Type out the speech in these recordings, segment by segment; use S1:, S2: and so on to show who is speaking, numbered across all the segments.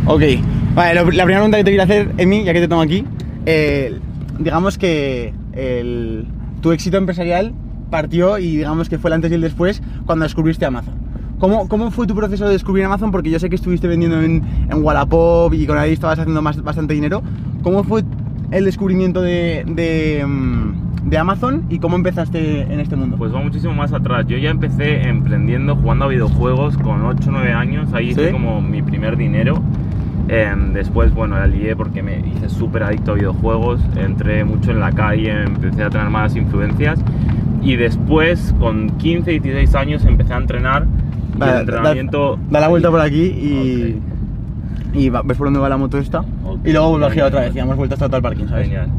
S1: Ok, vale, la primera pregunta que te quiero hacer, Emi, ya que te tengo aquí, digamos que tu éxito empresarial partió y digamos que fue el antes y el después cuando descubriste Amazon. ¿Cómo fue tu proceso de descubrir Amazon? Porque yo sé que estuviste vendiendo en Wallapop y con ahí estabas haciendo bastante dinero. ¿Cómo fue el descubrimiento de Amazon y cómo empezaste en este mundo?
S2: Pues va muchísimo más atrás. Yo ya empecé emprendiendo, jugando a videojuegos con 8 o 9 años. Ahí hice como mi primer dinero. Después, bueno, la lié porque me hice súper adicto a videojuegos. Entré mucho en la calle, empecé a tener malas influencias. Y después, con 15, 16 años, empecé a entrenar.
S1: Vale,
S2: el entrenamiento...
S1: Da la vuelta por aquí y ves por dónde va la moto esta. Y luego vuelve a girar otra vez y damos vuelta hasta todo el parking, ¿sabes?
S2: Genial.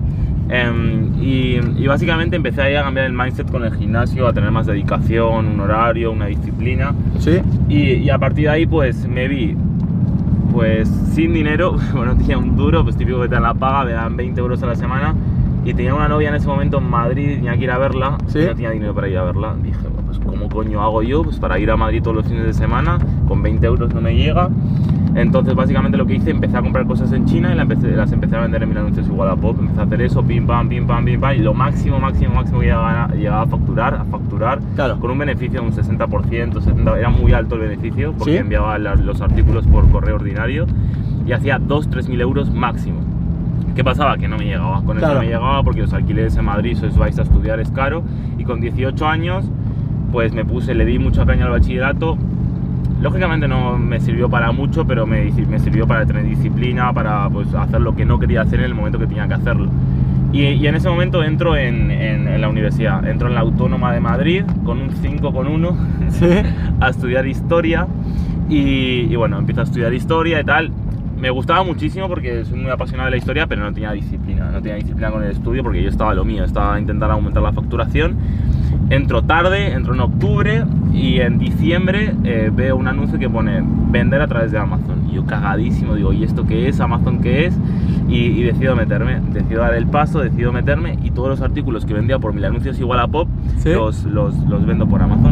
S2: Y básicamente empecé ahí a cambiar el mindset con el gimnasio, a tener más dedicación, un horario, una disciplina.
S1: Sí.
S2: Y a partir de ahí pues me vi pues sin dinero, bueno, tenía un duro, pues típico que te dan la paga, me dan 20 euros a la semana. Y tenía una novia en ese momento en Madrid, tenía que ir a verla,
S1: ¿Sí?
S2: Y no tenía dinero para ir a verla. Dije, bueno, pues ¿cómo coño hago yo? Pues para ir a Madrid todos los fines de semana, con 20 euros no me llega. Entonces básicamente lo que hice, empecé a comprar cosas en China y las empecé a vender en mil anuncios y Wallapop. Empecé a hacer eso, pim pam, pim pam, pim pam. Y lo máximo que llegaba a facturar, claro, con un beneficio de un 60%, 70%, era muy alto el beneficio porque enviaba los artículos por correo ordinario y hacía 2-3 mil euros máximo. ¿Qué pasaba? Que no me llegaba, con eso no me llegaba porque los alquileres en Madrid, si os vais a estudiar, es caro. Y con 18 años, pues le di mucha caña al bachillerato. Lógicamente no me sirvió para mucho, pero me sirvió para tener disciplina, para pues, hacer lo que no quería hacer en el momento que tenía que hacerlo. Y en ese momento entro en la universidad, entro en la Autónoma de Madrid con un 5,1 a estudiar historia. Y bueno, empiezo a estudiar historia y tal. Me gustaba muchísimo porque soy muy apasionado de la historia, pero no tenía disciplina con el estudio porque yo estaba a lo mío, estaba a intentar aumentar la facturación. Entro tarde, entro en octubre y en diciembre veo un anuncio que pone vender a través de Amazon. Y yo cagadísimo, digo, ¿y esto qué es? ¿Amazon qué es? Y decido meterme, decido dar el paso, decido meterme y todos los artículos que vendía por mil anuncios y Wallapop los vendo por Amazon.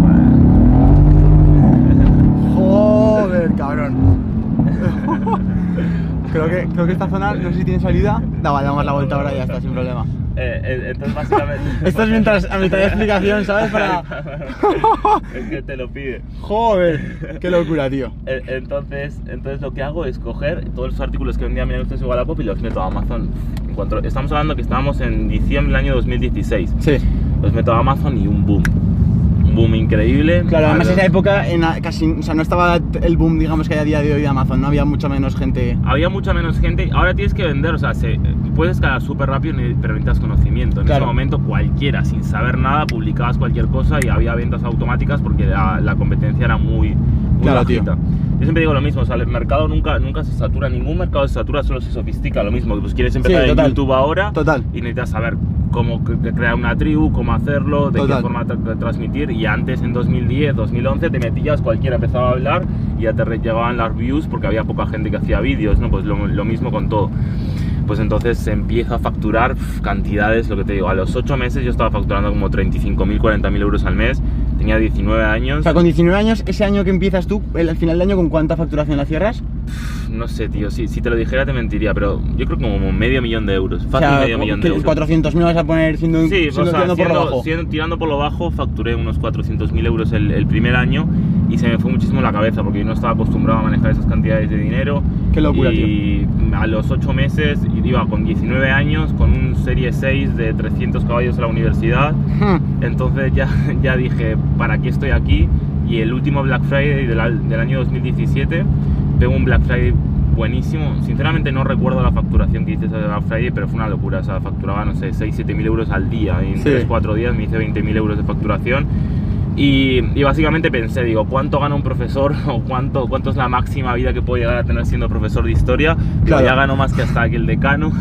S1: Joder, cabrón. creo que esta zona, no sé si tiene salida. Damos la vuelta ahora y ya está, sin problema.
S2: Entonces básicamente...
S1: Esto es a mitad de explicación, ¿sabes?
S2: Es que te lo pide.
S1: Joder, qué locura, tío.
S2: Entonces lo que hago es coger todos los artículos que vendía mi anuncios y Wallapop y los meto a Amazon. Estamos hablando que estábamos en diciembre del año 2016.
S1: Sí.
S2: Los meto a Amazon y un boom increíble.
S1: Claro, además esa época casi, o sea, no estaba el boom, digamos, que hay a día de hoy de Amazon, no había mucha menos gente.
S2: Había mucha menos gente, ahora tienes que vender, o sea, puedes escalar súper rápido, pero necesitas conocimiento. En ese momento cualquiera, sin saber nada, publicabas cualquier cosa y había ventas automáticas porque la competencia era muy bajita. Yo siempre digo lo mismo, o sea, el mercado nunca se satura, ningún mercado se satura, solo se sofistica. Lo mismo, pues quieres empezar en YouTube ahora y necesitas saber cómo crear una tribu, cómo hacerlo, de qué forma transmitir. Y antes, en 2010, 2011, te metías, cualquiera empezaba a hablar y ya te llegaban las views porque había poca gente que hacía vídeos, ¿no? Pues lo mismo con todo. Pues entonces se empieza a facturar cantidades, lo que te digo, a los 8 meses yo estaba facturando como 35.000, 40.000 euros al mes, tenía 19 años.
S1: O sea, con 19 años, ese año que empiezas tú, al final del año, ¿con cuánta facturación la cierras?
S2: No sé, tío, si te lo dijera te mentiría, pero yo creo que como $500.000 euros, fácil,
S1: o sea,
S2: $500.000 euros.
S1: 400.000 vas a poner
S2: tirando por lo bajo, facturé unos 400.000 euros el primer año y se me fue muchísimo la cabeza porque yo no estaba acostumbrado a manejar esas cantidades de dinero.
S1: Qué locura, tío.
S2: Y a los 8 meses iba con 19 años, con un Serie 6 de 300 caballos a la universidad. Entonces ya dije, ¿para qué estoy aquí? Y el último Black Friday del año 2017 pegó un Black Friday buenísimo. Sinceramente no recuerdo la facturación que hice ese Black Friday, pero fue una locura. O sea, facturaba, no sé, 6-7.000 euros al día y en 3-4 días me hice 20.000 euros de facturación. Y básicamente pensé, digo, ¿cuánto gana un profesor o cuánto es la máxima vida que puedo llegar a tener siendo profesor de historia? Claro. Ya gano más que hasta aquí el decano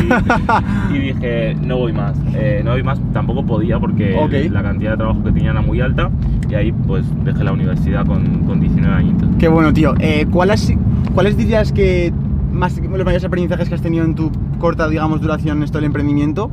S2: y dije, no voy más, tampoco podía porque la cantidad de trabajo que tenía era muy alta y ahí pues dejé la universidad con 19 añitos.
S1: Qué bueno, tío. ¿Cuáles dirías que los mayores aprendizajes que has tenido en tu corta, digamos, duración en esto del emprendimiento?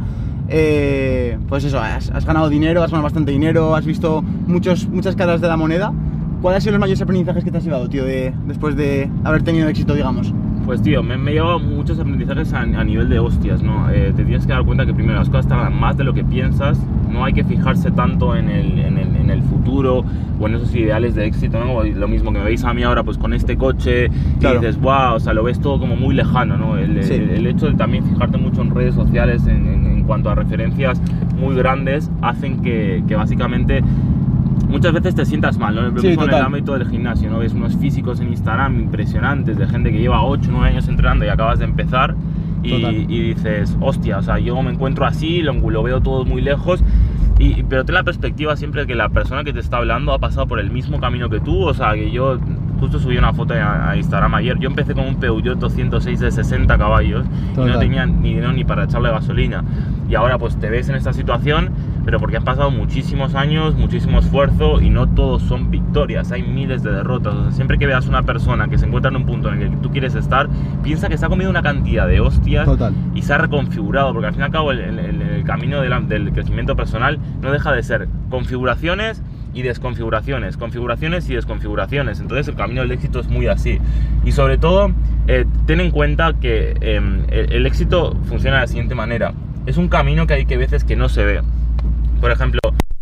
S1: Pues eso, has ganado dinero, has ganado bastante dinero, has visto muchas caras de la moneda, ¿cuáles han sido los mayores aprendizajes que te has llevado, tío, después de haber tenido éxito, digamos?
S2: Pues tío, me he llevado muchos aprendizajes a nivel de hostias, ¿no? Te tienes que dar cuenta que primero las cosas tardan más de lo que piensas, no hay que fijarse tanto en el futuro o en esos ideales de éxito, ¿no? Lo mismo que me veis a mí ahora pues con este coche,
S1: Claro.
S2: y dices, wow, o sea, lo ves todo como muy lejano, ¿no? El hecho de también fijarte mucho en redes sociales en cuanto a referencias muy grandes hacen que básicamente muchas veces te sientas mal, ¿no? Lo
S1: Sí,
S2: mismo en el
S1: total.
S2: ámbito del gimnasio, ¿no? Ves unos físicos en Instagram impresionantes de gente que lleva 8 o 9 años entrenando y acabas de empezar
S1: Total.
S2: y dices, hostia, o sea, yo me encuentro así, lo veo todo muy lejos, pero ten la perspectiva siempre de que la persona que te está hablando ha pasado por el mismo camino que tú, o sea, que yo justo subí una foto a Instagram ayer, yo empecé con un Peugeot 206 de 60 caballos y no
S1: Total.
S2: tenía ni dinero ni para echarle gasolina, y ahora pues te ves en esta situación, pero porque han pasado muchísimos años, muchísimo esfuerzo y no todos son victorias, hay miles de derrotas. O sea, siempre que veas una persona que se encuentra en un punto en el que tú quieres estar, piensa que se ha comido una cantidad de hostias
S1: Total.
S2: y se ha reconfigurado, porque al fin y al cabo el camino del crecimiento personal no deja de ser configuraciones y desconfiguraciones, configuraciones y desconfiguraciones. Entonces el camino del éxito es muy así. Y sobre todo, ten en cuenta que el éxito funciona de la siguiente manera. Es un camino que hay que veces que no se ve. Por ejemplo,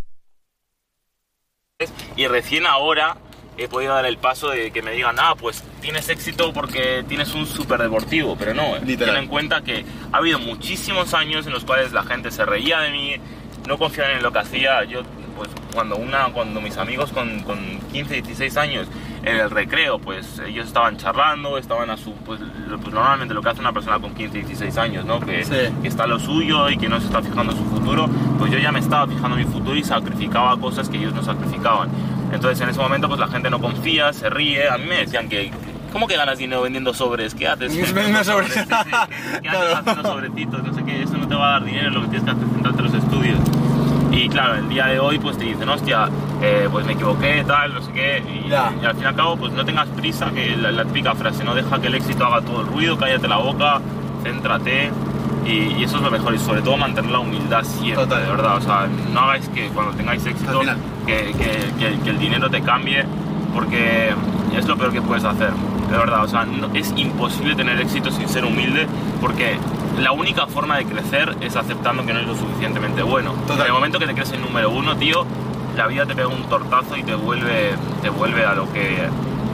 S2: y recién ahora he podido dar el paso de que me digan, pues tienes éxito porque tienes un superdeportivo, pero no,
S1: Literal.
S2: ten en cuenta que ha habido muchísimos años en los cuales la gente se reía de mí, no confiaban en lo que hacía. Yo, pues cuando mis amigos con 15, 16 años en el recreo, pues ellos estaban charlando, estaban a su, pues normalmente lo que hace una persona con 15, 16 años, ¿no? Que está a lo suyo y que no se está fijando en su futuro, pues yo ya me estaba fijando en mi futuro y sacrificaba cosas que ellos no sacrificaban. Entonces en ese momento pues la gente no confía, se ríe. A mí me decían que, ¿cómo que ganas dinero vendiendo sobres? ¿Qué haces?
S1: Vendiendo sobres.
S2: ¿Qué haces haciendo sobrecitos? No sé qué, eso no te va a dar dinero, lo que tienes que hacer es centrarte en los estudios. Y claro, el día de hoy pues te dicen, hostia, pues me equivoqué, tal, no sé qué, y al fin y al cabo pues no tengas prisa, que la típica frase, no deja que el éxito haga todo el ruido, cállate la boca, céntrate, y eso es lo mejor, y sobre todo mantener la humildad siempre. Total. De verdad, o sea, no hagáis que cuando tengáis éxito, que el dinero te cambie, porque es lo peor que puedes hacer, de verdad, o sea, es imposible tener éxito sin ser humilde, porque la única forma de crecer es aceptando que no es lo suficientemente bueno. Total. En el momento que te crees el número uno, tío, la vida te pega un tortazo y te vuelve a lo que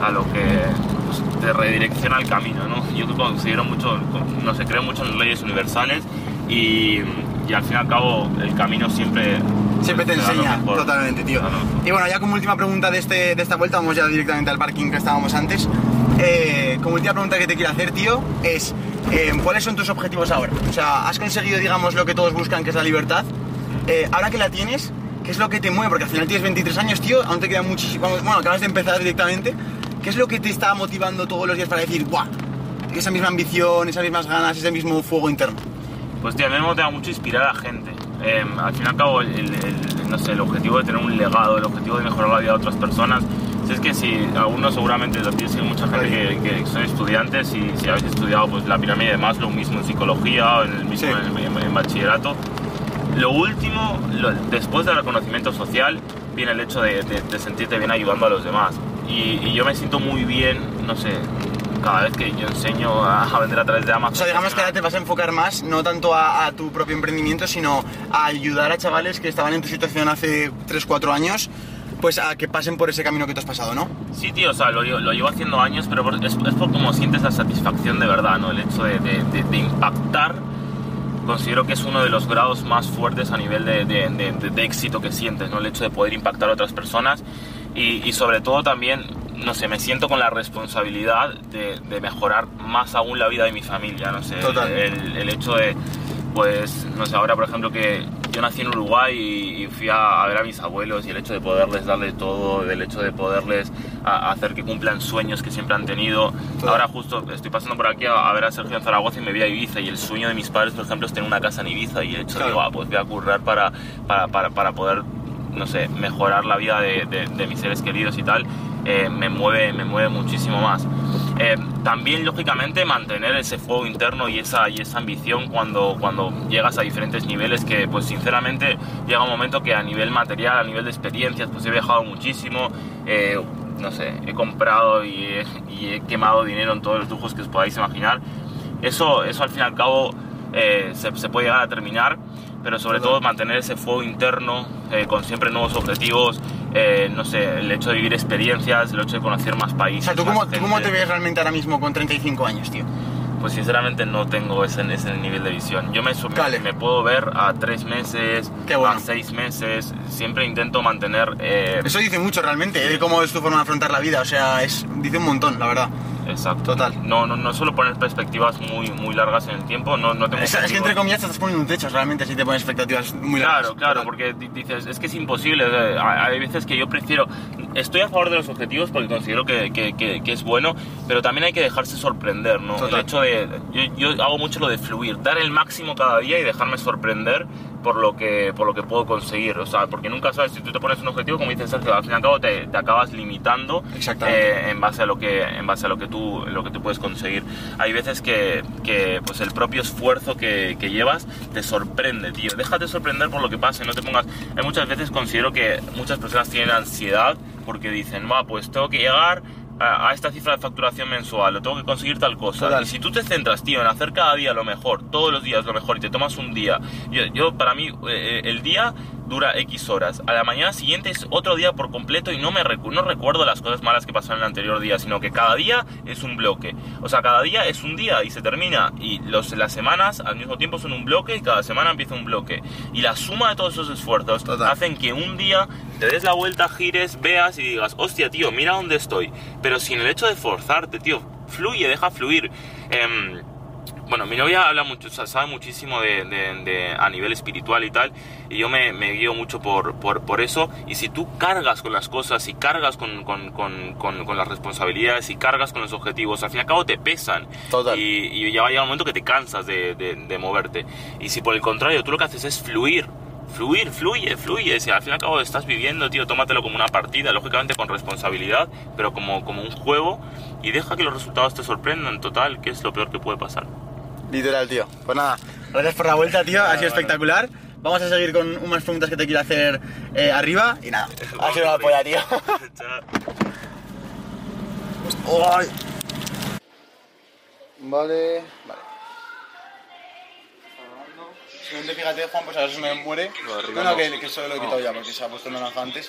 S2: pues, te redirecciona el camino, ¿no? Yo considero mucho, no sé, creo mucho en las leyes universales y al fin y al cabo el camino siempre
S1: te enseña, totalmente, tío. Claro. Y bueno, ya como última pregunta de esta vuelta, vamos ya directamente al parking que estábamos antes. Como última pregunta que te quiero hacer, tío, es ¿cuáles son tus objetivos ahora? O sea, has conseguido, digamos, lo que todos buscan, que es la libertad. Ahora que la tienes, ¿qué es lo que te mueve? Porque al final tienes 23 años, tío, aún te queda muchísimo. Bueno, acabas de empezar directamente. ¿Qué es lo que te está motivando todos los días para decir, ¡buah! Esa misma ambición, esas mismas ganas, ese mismo fuego interno.
S2: Pues tío, a mí me motiva mucho inspirar a la gente. Al fin y al cabo, no sé, el objetivo de tener un legado, el objetivo de mejorar la vida de otras personas. Si es que si algunos seguramente lo tienes, mucha gente que son estudiantes y si habéis estudiado pues la pirámide de Maslow, mismo en psicología, en bachillerato. Lo último, después del reconocimiento social, viene el hecho de sentirte bien ayudando a los demás. Y yo me siento muy bien, no sé, cada vez que yo enseño a vender a través de Amazon.
S1: O sea, digamos que ahora te vas a enfocar más, no tanto a tu propio emprendimiento, sino a ayudar a chavales que estaban en tu situación hace 3-4 años, pues a que pasen por ese camino que tú has pasado, ¿no?
S2: Sí, tío, o sea, lo llevo haciendo años, pero es por como sientes la satisfacción de verdad, ¿no? El hecho de impactar, considero que es uno de los grados más fuertes a nivel de éxito que sientes, ¿no? El hecho de poder impactar a otras personas y sobre todo también, no sé, me siento con la responsabilidad de mejorar más aún la vida de mi familia, no sé.
S1: Total.
S2: El hecho de, pues, no sé, ahora por ejemplo que yo nací en Uruguay y fui a ver a mis abuelos y el hecho de poderles darle todo, el hecho de poderles hacer que cumplan sueños que siempre han tenido. Total. Ahora justo estoy pasando por aquí a ver a Sergio en Zaragoza y me vi a Ibiza y el sueño de mis padres, por ejemplo, es tener una casa en Ibiza y el hecho de, pues voy a currar para poder, no sé, mejorar la vida de mis seres queridos y tal, me mueve muchísimo más. También, lógicamente, mantener ese fuego interno y esa ambición cuando llegas a diferentes niveles, que pues sinceramente llega un momento que a nivel material, a nivel de experiencias, pues he viajado muchísimo, no sé, he comprado y he quemado dinero en todos los lujos que os podáis imaginar. Eso al fin y al cabo se puede llegar a terminar, pero sobre todo mantener ese fuego interno con siempre nuevos objetivos, no sé, el hecho de vivir experiencias, el hecho de conocer más países.
S1: O sea, ¿tú cómo te ves realmente ahora mismo con 35 años, tío?
S2: Pues sinceramente no tengo ese nivel de visión. Yo me puedo ver a 3 meses, a 6 meses, siempre intento mantener...
S1: Eso dice mucho realmente, de cómo es tu forma de afrontar la vida, o sea, dice un montón, la verdad.
S2: Exacto.
S1: Total.
S2: No suelo poner perspectivas muy largas en el tiempo, no tengo...
S1: Es que entre comillas te estás poniendo un techo realmente si te pones expectativas muy largas.
S2: Claro, porque dices, es que es imposible, hay veces que yo prefiero... Estoy a favor de los objetivos porque considero que es bueno, pero también hay que dejarse sorprender, ¿no?
S1: Total.
S2: El hecho de... Yo hago mucho lo de fluir, dar el máximo cada día y dejarme sorprender por lo que puedo conseguir, o sea, porque nunca sabes, si tú te pones un objetivo, como dices Sergio, al fin y al cabo te acabas limitando en base a lo que tú puedes conseguir. Hay veces que pues el propio esfuerzo que llevas te sorprende, tío. Déjate sorprender por lo que pase, no te pongas... Hay muchas veces considero que muchas personas tienen ansiedad porque dicen, pues tengo que llegar a esta cifra de facturación mensual, o tengo que conseguir tal cosa.
S1: Total.
S2: Y si tú te centras, tío, en hacer cada día lo mejor, todos los días lo mejor, y te tomas un día, yo para mí el día dura X horas, a la mañana siguiente es otro día por completo y no recuerdo las cosas malas que pasaron el anterior día, sino que cada día es un bloque, o sea, cada día es un día y se termina, y las semanas al mismo tiempo son un bloque y cada semana empieza un bloque, y la suma de todos esos esfuerzos hacen que un día te des la vuelta, gires, veas y digas, hostia, tío, mira dónde estoy, pero sin el hecho de forzarte, tío, fluye, deja fluir. Bueno, mi novia habla mucho, o sea, sabe muchísimo a nivel espiritual y tal, y yo me guío mucho por eso. Y si tú cargas con las cosas, y cargas con las responsabilidades, y cargas con los objetivos, al fin y al cabo te pesan.
S1: Total.
S2: Y ya va a llegar un momento que te cansas de moverte. Y si por el contrario tú lo que haces es fluye. Si al fin y al cabo estás viviendo, tío, tómatelo como una partida, lógicamente con responsabilidad, pero como un juego, y deja que los resultados te sorprendan, total, que es lo peor que puede pasar.
S1: Literal, tío. Pues nada, gracias por la vuelta, tío, ha sido espectacular. Vamos a seguir con unas preguntas que te quiero hacer arriba, y nada, ha sido una polla, tío. Ay. Vale. Simplemente fíjate, Juan, pues a ver si me muere. No, que eso lo he quitado ya porque se ha puesto el naranja antes.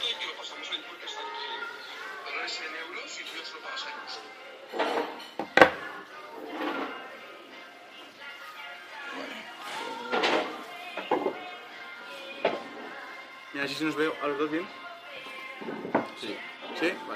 S1: Mira, si nos veo a los dos bien. Sí. ¿Sí? Vale.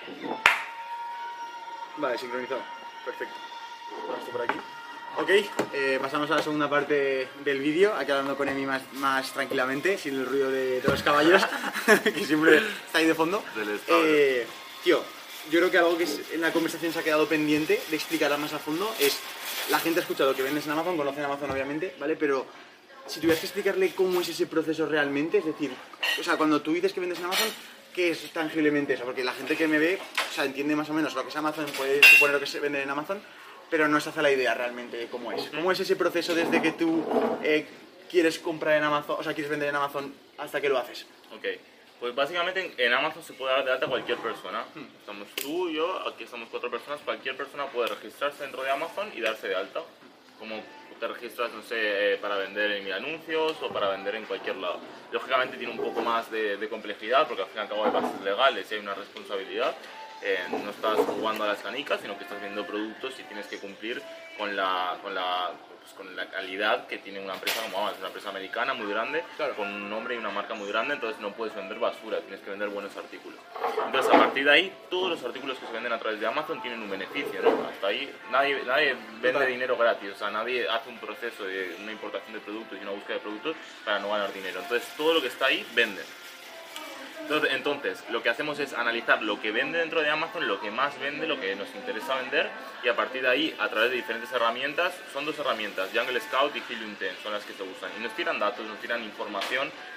S1: Vale, sincronizado. Perfecto. Ahora esto por aquí. Ok, pasamos a la segunda parte del vídeo, aquí hablando con Emi más tranquilamente, sin el ruido de los caballos, que siempre está ahí de fondo. Tío, yo creo que algo que en la conversación se ha quedado pendiente de explicarla más a fondo es, la gente ha escuchado que vendes en Amazon, conocen Amazon obviamente, ¿vale? Pero si tuvieras que explicarle cómo es ese proceso realmente, es decir, o sea, cuando tú dices que vendes en Amazon, ¿qué es tangiblemente eso? Porque la gente que me ve, o sea, entiende más o menos lo que es Amazon, puede suponer lo que se vende en Amazon, pero no se hace la idea realmente de cómo es. ¿Cómo es ese proceso desde que tú quieres comprar en Amazon, o sea, quieres vender en Amazon hasta que lo haces?
S2: Ok, pues básicamente en Amazon se puede dar de alta cualquier persona. Estamos tú, yo, aquí estamos 4 personas, cualquier persona puede registrarse dentro de Amazon y darse de alta. Como te registras, no sé, para vender en Mil Anuncios o para vender en cualquier lado. Lógicamente tiene un poco más de complejidad porque al fin y al cabo hay bases legales y hay una responsabilidad. No estás jugando a las canicas, sino que estás vendiendo productos y tienes que cumplir con la calidad que tiene una empresa como Amazon. Es una empresa americana muy grande, claro, con un nombre y una marca muy grande, entonces no puedes vender basura, tienes que vender buenos artículos. Entonces a partir de ahí, todos los artículos que se venden a través de Amazon tienen un beneficio, ¿no? Hasta ahí nadie vende dinero gratis, o sea, nadie hace un proceso de una importación de productos y una búsqueda de productos para no ganar dinero. Entonces todo lo que está ahí vende. Entonces, lo que hacemos es analizar lo que vende dentro de Amazon, lo que más vende, lo que nos interesa vender, y a partir de ahí, a través de diferentes herramientas, son 2 herramientas, Jungle Scout y Helium 10, son las que se usan, y nos tiran datos, nos tiran información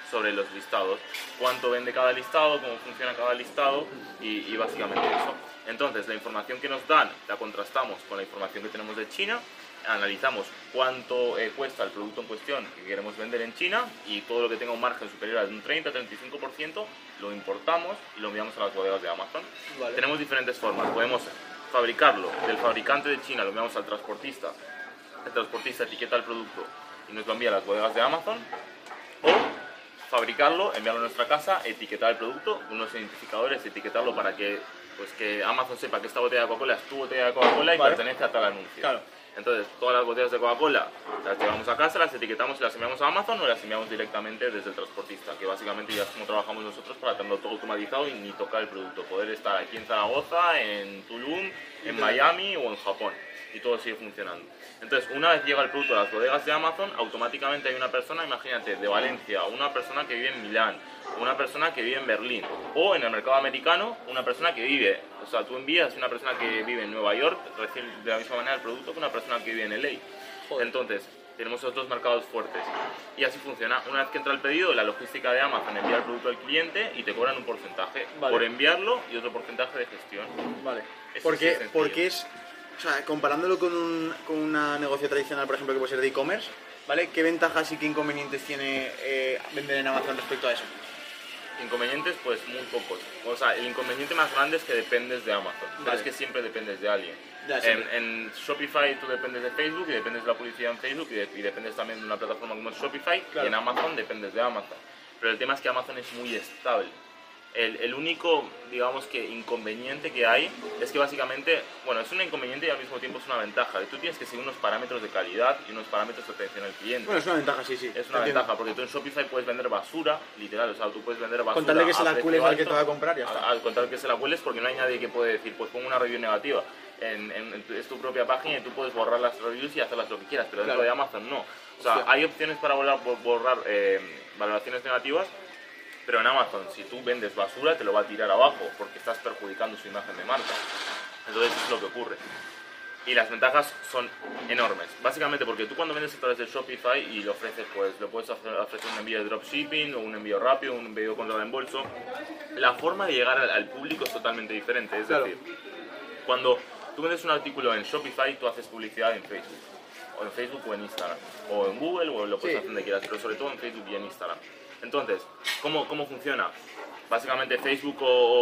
S2: sobre los listados, cuánto vende cada listado, cómo funciona cada listado y básicamente eso. Entonces, la información que nos dan la contrastamos con la información que tenemos de China, analizamos cuánto cuesta el producto en cuestión que queremos vender en China y todo lo que tenga un margen superior a un 30-35% lo importamos y lo enviamos a las bodegas de Amazon.
S3: Vale.
S2: Tenemos diferentes formas, podemos fabricarlo del fabricante de China, lo enviamos al transportista, el transportista etiqueta el producto y nos lo envía a las bodegas de Amazon, o fabricarlo, enviarlo a nuestra casa, etiquetar el producto, unos identificadores, etiquetarlo para que, pues, que Amazon sepa que esta botella de Coca-Cola es tu botella de Coca-Cola y pertenece a tal anuncio.
S3: Claro.
S2: Entonces, todas las botellas de Coca-Cola las llevamos a casa, las etiquetamos y las enviamos a Amazon o las enviamos directamente desde el transportista, que básicamente ya es como trabajamos nosotros para tenerlo todo automatizado y ni tocar el producto, poder estar aquí en Zaragoza, en Tulum, en Miami o en Japón, y todo sigue funcionando. Entonces, una vez llega el producto a las bodegas de Amazon, automáticamente hay una persona, imagínate, de Valencia, una persona que vive en Milán, una persona que vive en Berlín, o en el mercado americano, una persona que vive, o sea, tú envías una persona que vive en Nueva York, recibe de la misma manera el producto que una persona que vive en LA.
S3: Joder.
S2: Entonces, tenemos esos dos mercados fuertes. Y así funciona. Una vez que entra el pedido, la logística de Amazon envía el producto al cliente y te cobran un porcentaje por enviarlo y otro porcentaje de gestión.
S3: Vale.
S2: Es
S3: Porque,
S2: así de sencillo.
S3: porque es, o sea, comparándolo con una negocio tradicional, por ejemplo, que puede ser de e-commerce, ¿vale? ¿Qué ventajas y qué inconvenientes tiene vender en Amazon respecto a eso?
S2: Inconvenientes, pues muy pocos. O sea, el inconveniente más grande es que dependes de Amazon. Pero
S3: Vale.
S2: es que siempre dependes de alguien.
S3: Ya, siempre.
S2: En Shopify tú dependes de Facebook y dependes de la publicidad en Facebook y dependes también de una plataforma como es Shopify.
S3: Claro.
S2: Y en Amazon dependes de Amazon. Pero el tema es que Amazon es muy estable. El único, digamos que inconveniente que hay es que básicamente, bueno, es un inconveniente y al mismo tiempo es una ventaja. Tú tienes que seguir unos parámetros de calidad y unos parámetros de atención al cliente.
S3: Bueno, es una ventaja, sí, sí.
S2: Es una
S3: Entiendo.
S2: ventaja porque tú en Shopify puedes vender basura, literal, o sea, tú puedes vender basura.
S3: Con tal de que se
S2: a
S3: la
S2: precio
S3: cueles al que
S2: alto,
S3: te va a comprar, ya está.
S2: Al contar que se la cueles, porque no hay nadie que puede decir, pues pongo una review negativa. Es tu propia página y tú puedes borrar las reviews y hacerlas lo que quieras, pero dentro
S3: Claro.
S2: de Amazon no. O sea,
S3: Hostia.
S2: hay opciones para borrar valoraciones negativas, pero en Amazon, si tú vendes basura, te lo va a tirar abajo, porque estás perjudicando su imagen de marca. Entonces, eso es lo que ocurre. Y las ventajas son enormes. Básicamente porque tú cuando vendes a través de Shopify y lo ofreces, pues lo puedes ofrecer un envío de dropshipping o un envío rápido, un envío contra reembolso. La forma de llegar al público es totalmente diferente. Es
S3: Claro.
S2: decir, cuando tú vendes un artículo en Shopify, tú haces publicidad en Facebook. O en Facebook o en Instagram. O en Google o lo puedes
S3: Sí.
S2: hacer donde quieras, pero sobre todo en Facebook y en Instagram. Entonces, ¿cómo funciona? Básicamente Facebook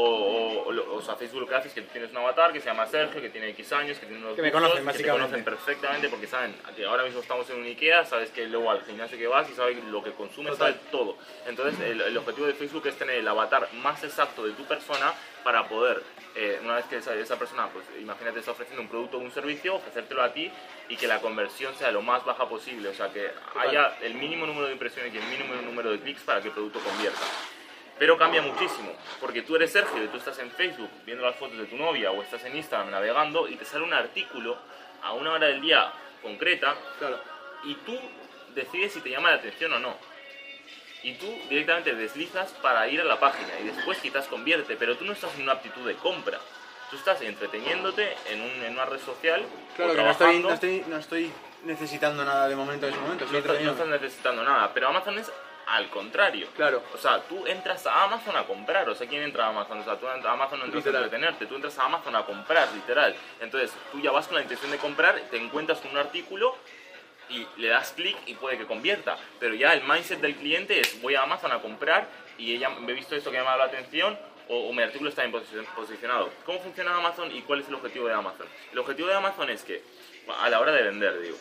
S2: o sea, Facebook lo que hace es que tú tienes un avatar que se llama Sergio, que tiene X años, que tiene unos
S3: Que me
S2: gustos,
S3: conocen,
S2: que te
S3: básicamente.
S2: conocen perfectamente porque saben que ahora mismo estamos en un Ikea, sabes que luego al gimnasio que vas y sabes lo que consumes,
S3: Total.
S2: sabes todo. Entonces el objetivo de Facebook es tener el avatar más exacto de tu persona para poder, una vez que esa persona, pues imagínate, está ofreciendo un producto o un servicio, ofrecértelo a ti y que la conversión sea lo más baja posible, o sea, que haya el mínimo número de impresiones y el mínimo número de clics para que el producto convierta. Pero cambia muchísimo, porque tú eres Sergio y tú estás en Facebook viendo las fotos de tu novia o estás en Instagram navegando y te sale un artículo a una hora del día concreta
S3: Claro.
S2: y tú decides si te llama la atención o no. Y tú directamente deslizas para ir a la página y después quizás convierte, pero tú no estás en una aptitud de compra. Tú estás entreteniéndote en una red social
S3: Claro,
S2: o
S3: que
S2: trabajando.
S3: no estoy necesitando nada de momento en ese momento.
S2: No estás necesitando nada, pero Amazon es al contrario.
S3: Claro.
S2: O sea, tú entras a Amazon a comprar. O sea, ¿quién entra a Amazon? O sea, tú a Amazon no entras
S3: Literal.
S2: a entretenerte, tú entras a Amazon a comprar, literal. Entonces, tú ya vas con la intención de comprar, te encuentras con un artículo y le das clic y puede que convierta. Pero ya el mindset del cliente es, voy a Amazon a comprar y he visto esto que me ha llamado la atención o mi artículo está bien posicionado. ¿Cómo funciona Amazon y cuál es el objetivo de Amazon? El objetivo de Amazon es que, a la hora de vender, digo,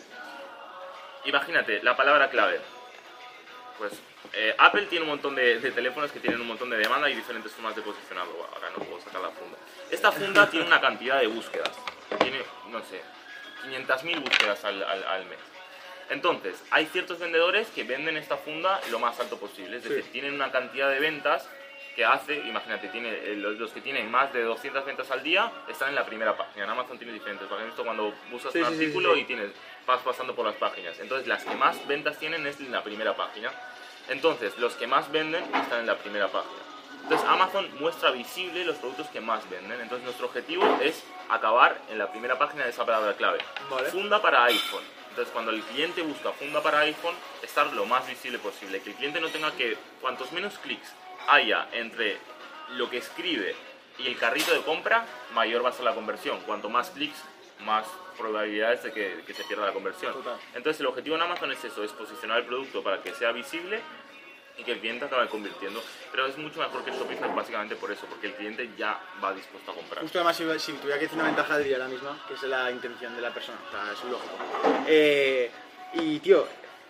S2: imagínate, la palabra clave. Pues Apple tiene un montón de teléfonos que tienen un montón de demanda y diferentes formas de posicionarlo. Bueno, ahora no puedo sacar la funda. Esta funda tiene una cantidad de búsquedas. Tiene, no sé, 500.000 búsquedas al mes. Entonces, hay ciertos vendedores que venden esta funda lo más alto posible. Es decir, tienen una cantidad de ventas que hace, imagínate, los que tienen más de 200 ventas al día están en la primera página. En Amazon tienes diferentes páginas. Esto cuando buscas un artículo y vas pasando por las páginas. Entonces, las que más ventas tienen es en la primera página. Entonces, los que más venden están en la primera página. Entonces, Amazon muestra visible los productos que más venden. Entonces, nuestro objetivo es acabar en la primera página de esa palabra clave.
S3: Vale.
S2: Funda para iPhone. Entonces, cuando el cliente busca funda para iPhone, estar lo más visible posible. Que el cliente no tenga que, cuantos menos clics haya entre lo que escribe y el carrito de compra, mayor va a ser la conversión. Cuanto más clics, más probabilidades de que se pierda la conversión.
S3: Total.
S2: Entonces, el objetivo en Amazon es eso, es posicionar el producto para que sea visible y que el cliente acabe convirtiendo. Pero es mucho mejor que Shopify básicamente por eso, porque el cliente ya va dispuesto a comprar.
S3: Justo además, si tuviera que decir una ventaja, diría la misma, que es la intención de la persona. O sea, es lógico. Y, tío,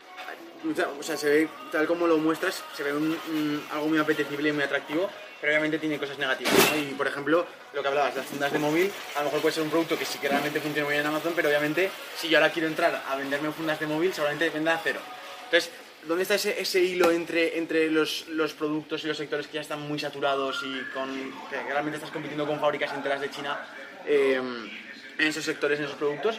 S3: o sea, se ve, tal como lo muestras, se ve algo muy apetecible y muy atractivo, pero obviamente tiene cosas negativas, ¿no? Y, por ejemplo, lo que hablabas, las fundas de móvil, a lo mejor puede ser un producto que sí que realmente funciona muy bien en Amazon, pero obviamente, si yo ahora quiero entrar a venderme fundas de móvil, seguramente venda a cero. Entonces, ¿dónde está ese hilo entre los productos y los sectores que ya están muy saturados y que realmente estás compitiendo con fábricas enteras de China en esos sectores, en esos productos,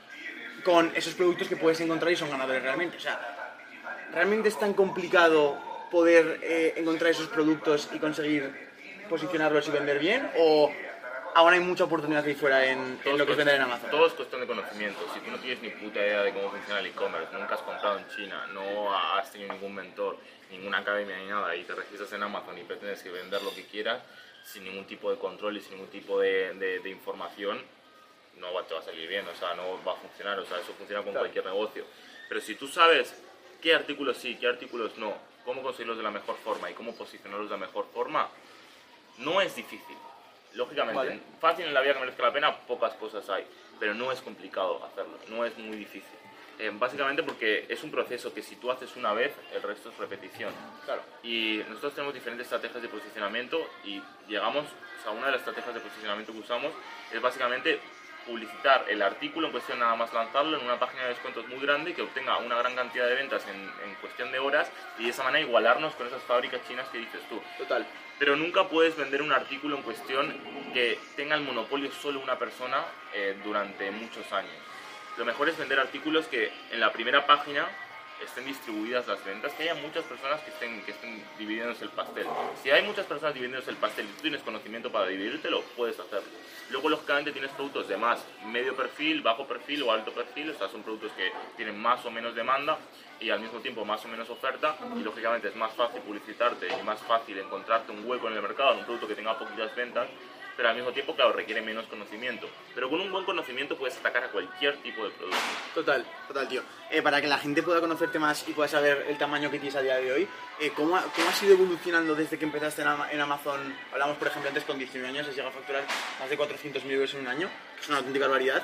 S3: con esos productos que puedes encontrar y son ganadores realmente? O sea, ¿realmente es tan complicado poder encontrar esos productos y conseguir posicionarlos y vender bien? ¿O aún hay mucha oportunidad ahí fuera en lo que es vender en Amazon?
S2: Todo es cuestión de conocimiento. Si tú no tienes ni puta idea de cómo funciona el e-commerce, nunca has comprado en China, no has tenido ningún mentor, ninguna academia ni nada, y te registras en Amazon y pretendes que vender lo que quieras sin ningún tipo de control y sin ningún tipo de información, no te va a salir bien, o sea, no va a funcionar, o sea, eso funciona con cualquier negocio. Pero si tú sabes qué artículos sí, qué artículos no, cómo conseguirlos de la mejor forma y cómo posicionarlos de la mejor forma, no es difícil. Lógicamente, fácil en la vida que merezca la pena, pocas cosas hay, pero no es complicado hacerlo, no es muy difícil. Básicamente porque es un proceso que si tú haces una vez, el resto es repetición.
S3: Claro.
S2: Y nosotros tenemos diferentes estrategias de posicionamiento y llegamos, o sea, una de las estrategias de posicionamiento que usamos es básicamente publicitar el artículo en cuestión, nada más lanzarlo en una página de descuentos muy grande que obtenga una gran cantidad de ventas en cuestión de horas y de esa manera igualarnos con esas fábricas chinas que dices tú.
S3: Total.
S2: Pero nunca puedes vender un artículo en cuestión que tenga el monopolio solo una persona durante muchos años. Lo mejor es vender artículos que en la primera página estén distribuidas las ventas, que haya muchas personas que estén dividiéndose el pastel. Si hay muchas personas dividiéndose el pastel y tú tienes conocimiento para dividírtelo, puedes hacerlo. Luego, lógicamente, tienes productos de más medio perfil, bajo perfil o alto perfil, o sea, son productos que tienen más o menos demanda y al mismo tiempo más o menos oferta, y lógicamente es más fácil publicitarte y más fácil encontrarte un hueco en el mercado en un producto que tenga poquitas ventas, pero al mismo tiempo, claro, requiere menos conocimiento. Pero con un buen conocimiento puedes atacar a cualquier tipo de producto.
S3: Total, tío. Para que la gente pueda conocerte más y pueda saber el tamaño que tienes a día de hoy, ¿cómo has ido evolucionando desde que empezaste en Amazon? Hablamos, por ejemplo, antes con 19 años, has llegado a facturar más de 400.000 euros en un año, que es una auténtica barbaridad.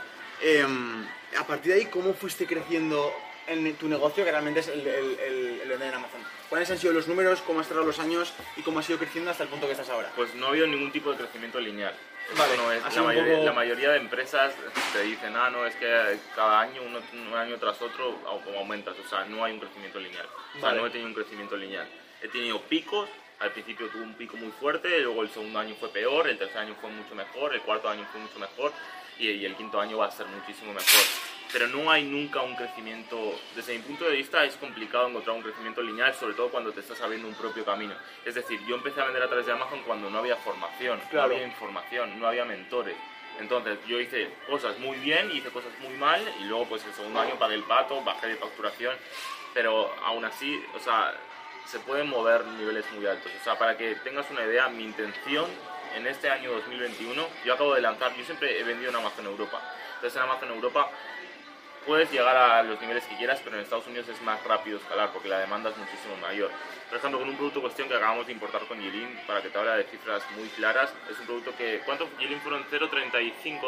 S3: A partir de ahí, ¿cómo fuiste creciendo en tu negocio, que realmente es el vender en Amazon? ¿Cuáles han sido los números, cómo has cerrado los años y cómo has ido creciendo hasta el punto que estás ahora?
S2: Pues no ha habido ningún tipo de crecimiento lineal.
S3: Vale,
S2: no es, la mayoría de empresas te dicen, no, es que cada año, un año tras otro, como aumentas, o sea, no hay un crecimiento lineal. O sea, no he tenido un crecimiento lineal. He tenido picos, al principio tuve un pico muy fuerte, luego el segundo año fue peor, el tercer año fue mucho mejor, el cuarto año fue mucho mejor y el quinto año va a ser muchísimo mejor. Pero no hay nunca un crecimiento, desde mi punto de vista es complicado encontrar un crecimiento lineal, sobre todo cuando te estás abriendo un propio camino. Es decir, yo empecé a vender a través de Amazon cuando no había formación, no había información, no había mentores. Entonces yo hice cosas muy bien, hice cosas muy mal y luego pues el segundo año pagué el pato, bajé de facturación, pero aún así, o sea, se pueden mover niveles muy altos. O sea, para que tengas una idea, mi intención en este año 2021, yo acabo de lanzar, yo siempre he vendido en Amazon Europa. Entonces en Amazon Europa puedes llegar a los niveles que quieras, pero en Estados Unidos es más rápido escalar porque la demanda es muchísimo mayor. Por ejemplo, con un producto cuestión que acabamos de importar con Yelin, para que te hable de cifras muy claras, es un producto que, ¿cuánto Yelin fueron? $0.35.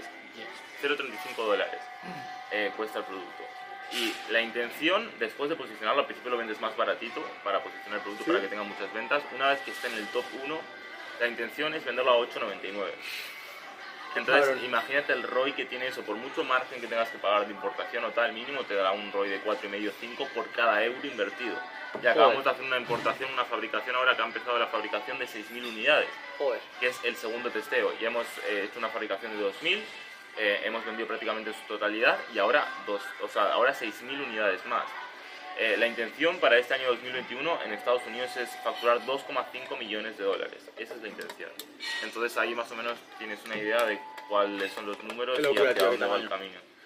S2: $0.35 cuesta el producto. Y la intención, después de posicionarlo, al principio lo vendes más baratito para posicionar el producto, para que tenga muchas ventas. Una vez que esté en el top 1, la intención es venderlo a $8.99. Entonces, imagínate el ROI que tiene eso. Por mucho margen que tengas que pagar de importación o tal, mínimo te dará un ROI de 4,5-5 por cada euro invertido. Y acabamos de hacer una importación, una fabricación ahora que ha empezado la fabricación de 6.000 unidades, que es el segundo testeo. Ya hemos hecho una fabricación de 2.000, hemos vendido prácticamente su totalidad y ahora, ahora 6.000 unidades más. La intención para este año 2021 en Estados Unidos es facturar $2,5 millones. Esa es la intención. Entonces ahí más o menos tienes una idea de cuáles son los números y hacia dónde va el camino.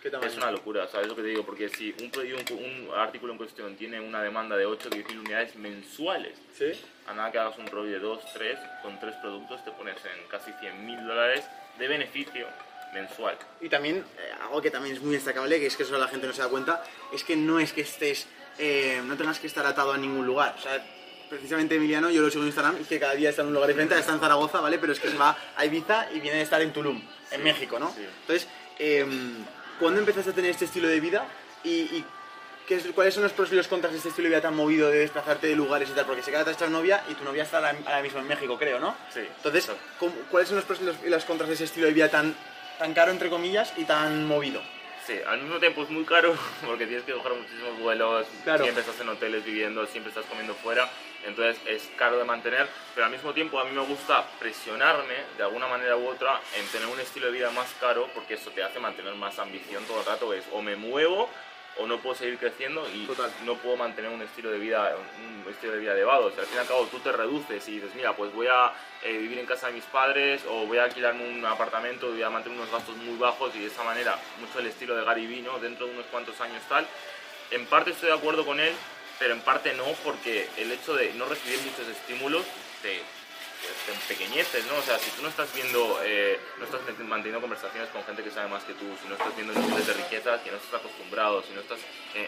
S3: ¿Qué tamaño?
S2: Es una locura, ¿sabes lo que te digo? Porque si un artículo en cuestión tiene una demanda de 8 o 10.000 unidades mensuales,
S3: ¿Sí?
S2: a nada que hagas un rollo de 2, 3, con 3 productos te pones en casi $100.000 de beneficio mensual.
S3: Y también, algo que también es muy destacable, que es que eso la gente no se da cuenta, es que no es que estés, no tengas que estar atado a ningún lugar. O sea, precisamente Emiliano, yo lo sigo en Instagram, y que cada día está en un lugar diferente, está en Zaragoza, ¿vale? Pero es que se va a Ibiza y viene de estar en Tulum, en México, ¿no?
S2: Sí.
S3: Entonces, ¿cuándo empezaste a tener este estilo de vida? Y ¿cuáles son los pros y los contras de este estilo de vida tan movido de desplazarte de lugares y tal? Porque sé que ahora te has echado novia y tu novia está ahora mismo en México, creo, ¿no?
S2: Sí.
S3: Entonces, ¿cuáles son los pros y los contras de ese estilo de vida tan caro, entre comillas, y tan movido?
S2: Sí, al mismo tiempo es muy caro porque tienes que coger muchísimos vuelos,
S3: Claro.
S2: siempre estás en hoteles viviendo, siempre estás comiendo fuera, entonces es caro de mantener, pero al mismo tiempo a mí me gusta presionarme de alguna manera u otra en tener un estilo de vida más caro porque eso te hace mantener más ambición todo el rato, es o me muevo o no puedo seguir creciendo y
S3: Total.
S2: no puedo mantener un estilo de vida elevado. O sea, al fin y al cabo tú te reduces y dices, mira, pues voy a vivir en casa de mis padres o voy a alquilarme un apartamento y voy a mantener unos gastos muy bajos y de esa manera, mucho el estilo de Gary Vee, ¿no? Dentro de unos cuantos años tal. En parte estoy de acuerdo con él, pero en parte no, porque el hecho de no recibir muchos estímulos te empequeñeces, ¿no? O sea, si tú no estás viendo, no estás manteniendo conversaciones con gente que sabe más que tú, si no estás viendo niveles de riqueza que no estás acostumbrado, si no estás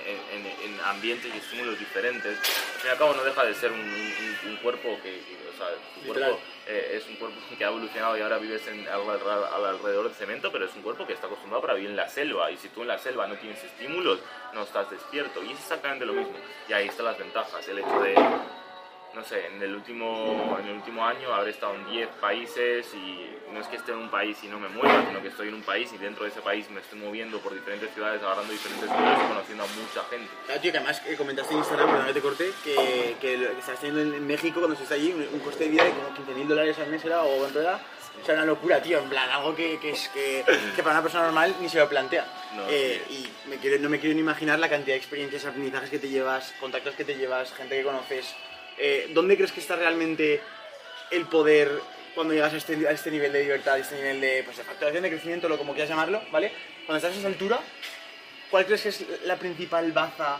S2: en ambientes y estímulos diferentes, al fin y al cabo no deja de ser un cuerpo o sea, tu cuerpo es un cuerpo que ha evolucionado y ahora vives alrededor del cemento, pero es un cuerpo que está acostumbrado para vivir en la selva, y si tú en la selva no tienes estímulos, no estás despierto, y es exactamente lo mismo, y ahí están las ventajas, el hecho de, no sé, en el último año habré estado en 10 países y no es que esté en un país y no me mueva, sino que estoy en un país y dentro de ese país me estoy moviendo por diferentes ciudades, agarrando diferentes cosas y conociendo a mucha gente.
S3: Claro, tío, que además comentaste en Instagram, perdón que te corté, que lo que estabas teniendo en México cuando estuviste allí, un coste de vida de como $15.000 al mes era, o cuánto era. O sea, una locura, tío, en plan, algo que para una persona normal ni se lo plantea.
S2: No,
S3: Y no me quiero ni imaginar la cantidad de experiencias, aprendizajes que te llevas, contactos que te llevas, gente que conoces. ¿Dónde crees que está realmente el poder cuando llegas a este nivel de libertad, a este nivel de, pues, de facturación, de crecimiento, lo como quieras llamarlo, ¿vale? Cuando estás a esa altura, ¿cuál crees que es la principal baza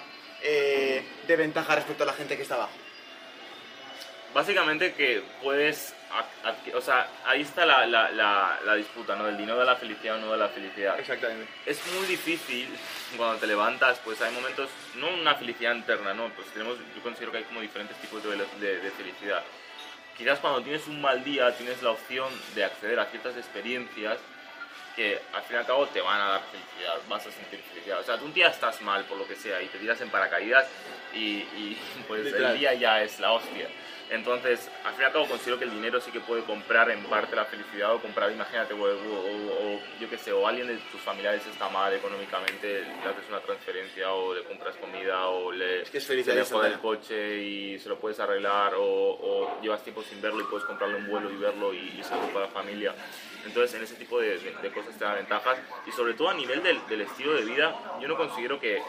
S3: de ventaja respecto a la gente que está abajo?
S2: Básicamente que puedes, o sea, ahí está la disputa, ¿no? Del dinero de la felicidad o no de la felicidad.
S3: Exactamente.
S2: Es muy difícil cuando te levantas, pues hay momentos, no una felicidad interna, ¿no? Pues yo considero que hay como diferentes tipos de felicidad. Quizás cuando tienes un mal día tienes la opción de acceder a ciertas experiencias que al fin y al cabo te van a dar felicidad, vas a sentir felicidad. O sea, tú un día estás mal por lo que sea y te tiras en paracaídas y pues
S3: Literal.
S2: el día ya es la hostia. Entonces, al fin y al cabo considero que el dinero sí que puede comprar en parte la felicidad o comprar, imagínate, o yo qué sé, o alguien de tus familiares está mal económicamente, le haces una transferencia o le compras comida o
S3: Es que es
S2: se
S3: felicidad
S2: le jode el
S3: instantánea.
S2: coche y se lo puedes arreglar o llevas tiempo sin verlo y puedes comprarle un vuelo y verlo y se lo compra a la familia. Entonces, en ese tipo de cosas te da ventajas y sobre todo a nivel del estilo de vida, yo no considero que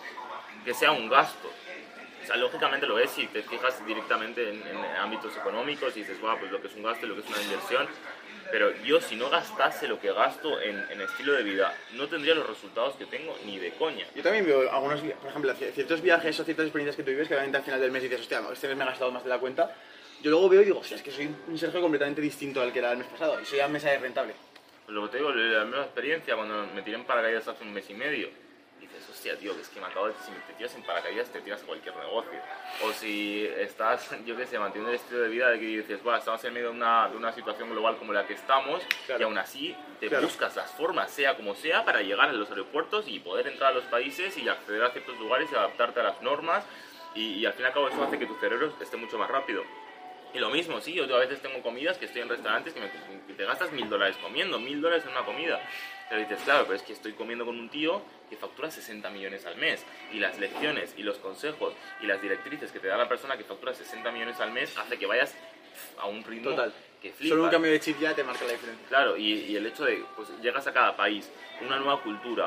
S2: sea un gasto. O sea, lógicamente lo es si te fijas directamente en ámbitos económicos y dices, wow, pues lo que es un gasto y lo que es una inversión. Pero yo, si no gastase lo que gasto en estilo de vida, no tendría los resultados que tengo ni de coña.
S3: Yo también veo algunos, por ejemplo, ciertos viajes o ciertas experiencias que tú vives que obviamente al final del mes dices, hostia, este mes me he gastado más de la cuenta. Yo luego veo y digo, hostia, es que soy un Sergio completamente distinto al que era el mes pasado y soy ya mesa de rentable.
S2: Pues lo que te digo, la misma experiencia cuando me tiré en paracaídas hace un mes y medio. Dices, hostia, tío, que es que me acabo de... Si te tiras en paracaídas, te tiras a cualquier negocio. O si estás, yo qué sé, manteniendo el estilo de vida de que dices, bueno, estamos en medio de una situación global como la que estamos,
S3: Claro.
S2: y aún así te
S3: Claro.
S2: buscas las formas, sea como sea, para llegar a los aeropuertos y poder entrar a los países y acceder a ciertos lugares y adaptarte a las normas. Y al fin y al cabo eso hace que tu cerebro esté mucho más rápido. Y lo mismo, sí, yo a veces tengo comidas que estoy en restaurantes que te gastas $1.000 comiendo, $1.000 en una comida. Pero dices, claro, pero es que estoy comiendo con un tío que factura 60 millones al mes. Y las lecciones y los consejos y las directrices que te da la persona que factura 60 millones al mes hace que vayas a un ritmo
S3: Total.
S2: que flipas.
S3: Solo un cambio de chip ya te marca la diferencia.
S2: Claro, y el hecho de, pues llegas a cada país, una nueva cultura,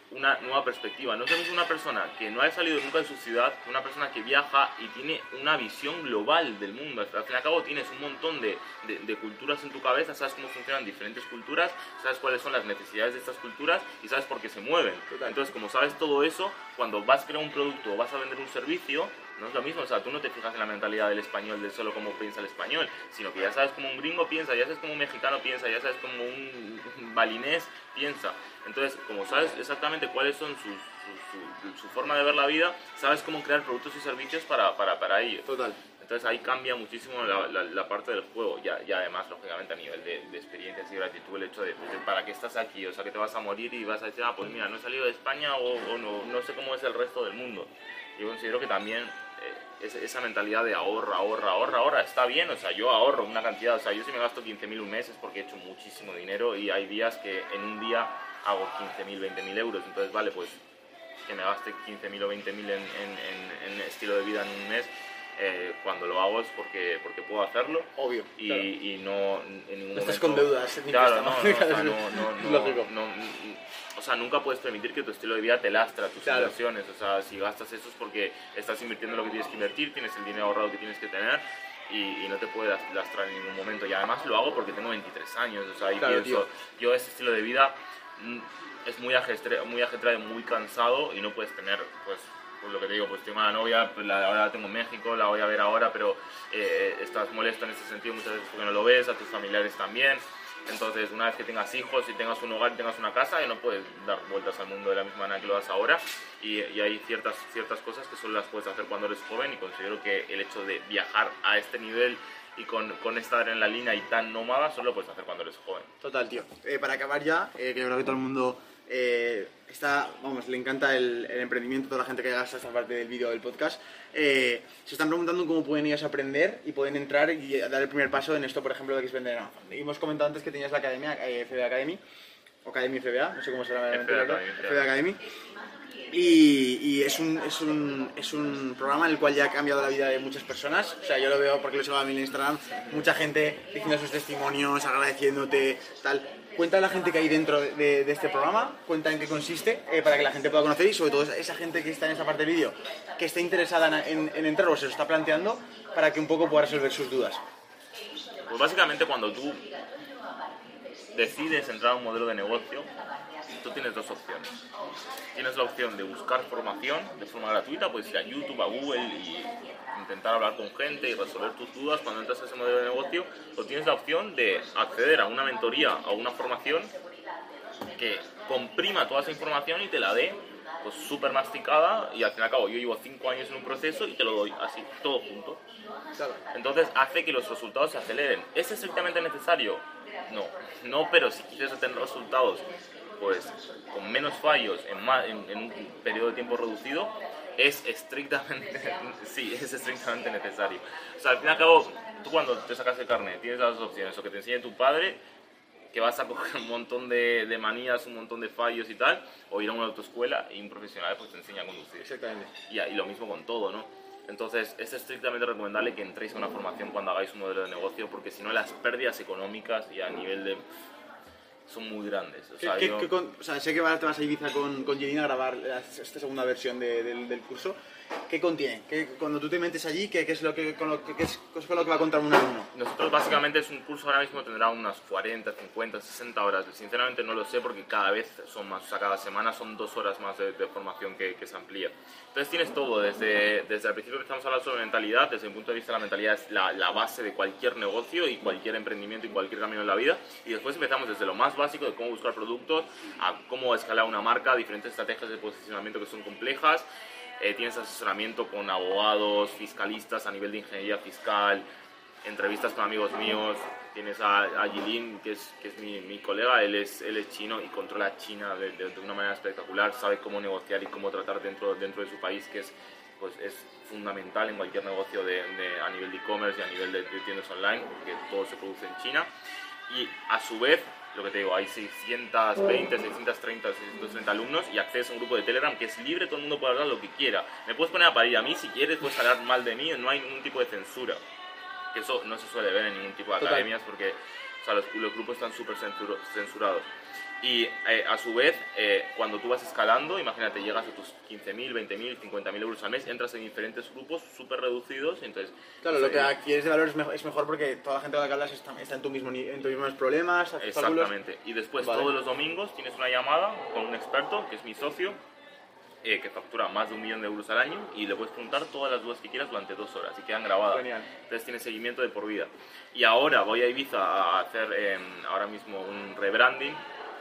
S2: una nueva perspectiva. No es lo mismo una persona que no ha salido nunca de su ciudad que una persona que viaja y tiene una visión global del mundo. Al fin y al cabo tienes un montón de culturas en tu cabeza, sabes cómo funcionan diferentes culturas, sabes cuáles son las necesidades de estas culturas y sabes por qué se mueven. Entonces, como sabes todo eso, cuando vas a crear un producto o vas a vender un servicio, no es lo mismo, o sea, tú no te fijas en la mentalidad del español, de solo cómo piensa el español, sino que ya sabes cómo un gringo piensa, ya sabes cómo un mexicano piensa, ya sabes cómo un balinés piensa. Entonces, como sabes exactamente cuáles son su forma de ver la vida, sabes cómo crear productos y servicios para ellos.
S3: Total.
S2: Entonces ahí cambia muchísimo la parte del juego y además, lógicamente, a nivel de experiencias y gratitud, el hecho de para qué estás aquí, o sea, que te vas a morir y vas a decir, pues mira, no he salido de España o no sé cómo es el resto del mundo. Yo considero que también esa mentalidad de ahorra, está bien, o sea, yo ahorro una cantidad, o sea, yo si me gasto 15.000 un mes es porque he hecho muchísimo dinero y hay días que en un día hago 15.000, 20.000 euros, entonces vale, pues que me gaste 15.000 o 20.000 en estilo de vida en un mes, cuando lo hago es porque puedo hacerlo.
S3: Obvio.
S2: Y no en ningún momento...
S3: estás con deudas.
S2: Claro,
S3: Lógico.
S2: O sea, nunca puedes permitir que tu estilo de vida te lastra tus inversiones. O sea, si gastas eso es porque estás invirtiendo lo que tienes que invertir, tienes el dinero ahorrado que tienes que tener y no te puede lastrar en ningún momento. Y además lo hago porque tengo 23 años. O sea, y pienso, yo ese estilo de vida es muy ajetreado y muy cansado y no puedes tener, pues lo que te digo, pues tengo una novia, pues ahora la tengo en México, la voy a ver ahora, pero estás molesto en ese sentido muchas veces porque no lo ves, a tus familiares también. Entonces, una vez que tengas hijos y tengas un hogar y tengas una casa, no puedes dar vueltas al mundo de la misma manera que lo das ahora. Y hay ciertas cosas que solo las puedes hacer cuando eres joven y considero que el hecho de viajar a este nivel y con esta adrenalina y tan nómada solo lo puedes hacer cuando eres joven.
S3: Total, tío. Para acabar ya, que yo creo que todo el mundo le encanta el emprendimiento, toda la gente que haga esta parte del vídeo del podcast, se están preguntando cómo pueden ellos aprender y pueden entrar y dar el primer paso en esto, por ejemplo, de que es vender en Amazon. Y hemos comentado antes que tenías la academia, FBA Academy, o Academy FBA, no sé cómo se llama, FBA Academy. Y es un programa en el cual ya ha cambiado la vida de muchas personas. O sea, yo lo veo porque lo sigo a mí en Instagram, mucha gente diciendo sus testimonios, agradeciéndote, tal. Cuenta a la gente que hay dentro de este programa, cuenta en qué consiste, para que la gente pueda conocer y sobre todo esa gente que está en esta parte del vídeo, que esté interesada en entrar o se lo está planteando, para que un poco pueda resolver sus dudas.
S2: Pues básicamente cuando tú decides entrar a un modelo de negocio, tú tienes dos opciones. Tienes la opción de buscar formación de forma gratuita, puedes ir a YouTube, a Google y intentar hablar con gente y resolver tus dudas cuando entras a ese modelo de negocio, o tienes la opción de acceder a una mentoría o una formación que comprima toda esa información y te la dé pues súper masticada y al fin y al cabo yo llevo 5 años en un proceso y te lo doy así, todo junto. Entonces hace que los resultados se aceleren. ¿Es estrictamente necesario? No, pero si quieres obtener resultados pues con menos fallos en un periodo de tiempo reducido, es estrictamente necesario. O sea, al fin y al cabo, tú cuando te sacas el carnet tienes las dos opciones, o que te enseñe tu padre, que vas a coger un montón de manías, un montón de fallos y tal, o ir a una autoescuela y un profesional pues te enseña a conducir.
S3: Exactamente.
S2: Y lo mismo con todo, ¿no? Entonces es estrictamente recomendable que entréis a una formación cuando hagáis un modelo de negocio, porque si no las pérdidas económicas y a nivel de... son muy grandes. O sea,
S3: sé que ahora te vas a Ibiza con Jenina a grabar esta segunda versión del curso. ¿Qué contiene? Cuando tú te metes allí, ¿qué es lo que va a contar un alumno?
S2: Nosotros básicamente es un curso ahora mismo tendrá unas 40, 50, 60 horas. Sinceramente no lo sé porque cada vez son más, o sea, cada semana son 2 horas más de formación que se amplía. Entonces tienes todo, desde el principio empezamos a hablar sobre mentalidad, desde mi punto de vista la mentalidad es la base de cualquier negocio y cualquier emprendimiento y cualquier camino en la vida. Y después empezamos desde lo más básico de cómo buscar productos, a cómo escalar una marca, diferentes estrategias de posicionamiento que son complejas. Tienes asesoramiento con abogados, fiscalistas a nivel de ingeniería fiscal, entrevistas con amigos míos. Tienes a Jilin, que es mi colega, él es chino y controla China de una manera espectacular, sabe cómo negociar y cómo tratar dentro de su país, que es fundamental en cualquier negocio a nivel de e-commerce y a nivel de tiendas online, porque todo se produce en China. Y a su vez, lo que te digo, hay 620, 630 alumnos y accedes a un grupo de Telegram que es libre, todo el mundo puede hablar lo que quiera. Me puedes poner a parir a mí si quieres, puedes hablar mal de mí, no hay ningún tipo de censura. Que eso no se suele ver en ningún tipo de academias porque o sea, los grupos están súper censurados. Y a su vez, cuando tú vas escalando, imagínate, llegas a tus 15.000, 20.000, 50.000 euros al mes, entras en diferentes grupos súper reducidos. Entonces,
S3: Claro, lo que adquieres de valor es mejor porque toda la gente con la que hablas está en, en tus mismos problemas, haces cálculos.
S2: exactamente. Y después,
S3: Vale.
S2: todos los domingos, tienes una llamada con un experto, que es mi socio, que factura más de 1 millón de euros al año, y le puedes preguntar todas las dudas que quieras durante 2 horas y quedan grabadas.
S3: Genial.
S2: Entonces tienes seguimiento de por vida. Y ahora voy a Ibiza a hacer ahora mismo un rebranding.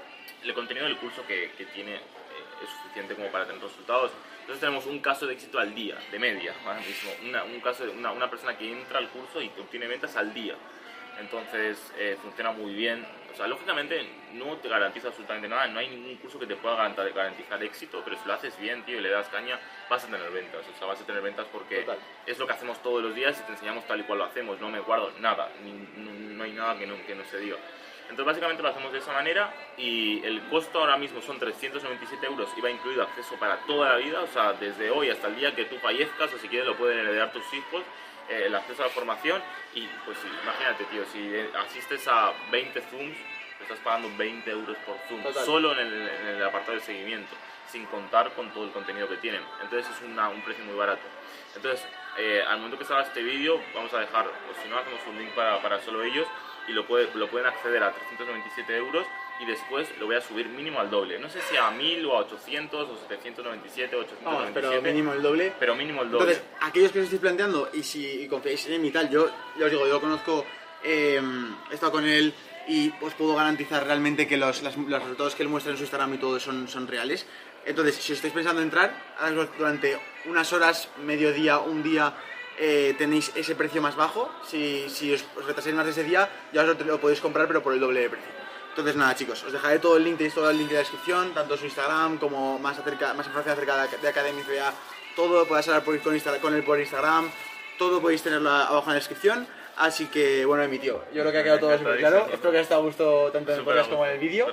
S2: El contenido del curso que tiene es suficiente como para tener resultados. Entonces tenemos un caso de éxito al día, de media, ahora mismo. Un caso de una persona que entra al curso y obtiene ventas al día. Entonces funciona muy bien. O sea, lógicamente no te garantiza absolutamente nada, no hay ningún curso que te pueda garantizar éxito, pero si lo haces bien, tío, y le das caña, vas a tener ventas. O sea, vas a tener ventas porque
S3: Total.
S2: es lo que hacemos todos los días y te enseñamos tal y cual lo hacemos. No me guardo nada, no hay nada que no se diga. Entonces básicamente lo hacemos de esa manera y el costo ahora mismo son 397 euros y va incluido acceso para toda la vida, o sea, desde hoy hasta el día que tú fallezcas o si quieres lo pueden heredar tus hijos, el acceso a la formación y pues imagínate, tío, si asistes a 20 Zooms, estás pagando 20 euros por Zoom,
S3: Total.
S2: solo en el apartado de seguimiento, sin contar con todo el contenido que tienen. Entonces es un precio muy barato. Entonces, al momento que salga este vídeo, vamos a dejar, o si no, hacemos un link para solo ellos y lo pueden acceder a 397 euros y después lo voy a subir mínimo al doble. No sé si a 1000 o a 800 o 797 o 897.
S3: Vamos, pero mínimo el doble.
S2: Pero mínimo el doble.
S3: Entonces, aquellos que os estéis planteando y si confiáis en él y tal, yo os digo, yo lo conozco, he estado con él y os puedo garantizar realmente que los resultados que él muestra en su Instagram y todo son reales. Entonces, si os estáis pensando entrar, durante unas horas, mediodía, un día, tenéis ese precio más bajo. Si os retrasáis más de ese día, ya os lo podéis comprar, pero por el doble de precio. Entonces nada, chicos, os dejaré todo el link, tenéis todo el link en la descripción, tanto su Instagram como más información acerca de Academy CBA, todo, podéis hablar con él por Instagram, todo podéis tenerlo abajo en la descripción. Así que bueno, mi tío, yo creo que ha quedado todo súper claro. Espero que os haya gustado tanto en el podcast como en el vídeo.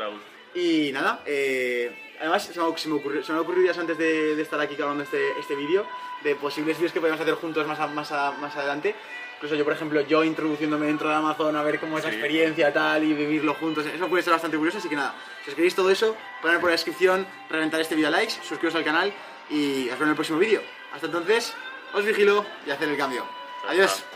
S3: Y nada, además se me ocurrió días antes de estar aquí grabando este vídeo, de posibles vídeos que podemos hacer juntos más adelante. Incluso yo, por ejemplo, introduciéndome dentro de Amazon a ver cómo es la experiencia tal y vivirlo juntos. Eso puede ser bastante curioso, así que nada, si os queréis todo eso, poned por la descripción, reventar este vídeo a likes, suscribiros al canal y os veo en el próximo vídeo. Hasta entonces, os vigilo y haced el cambio. Adiós.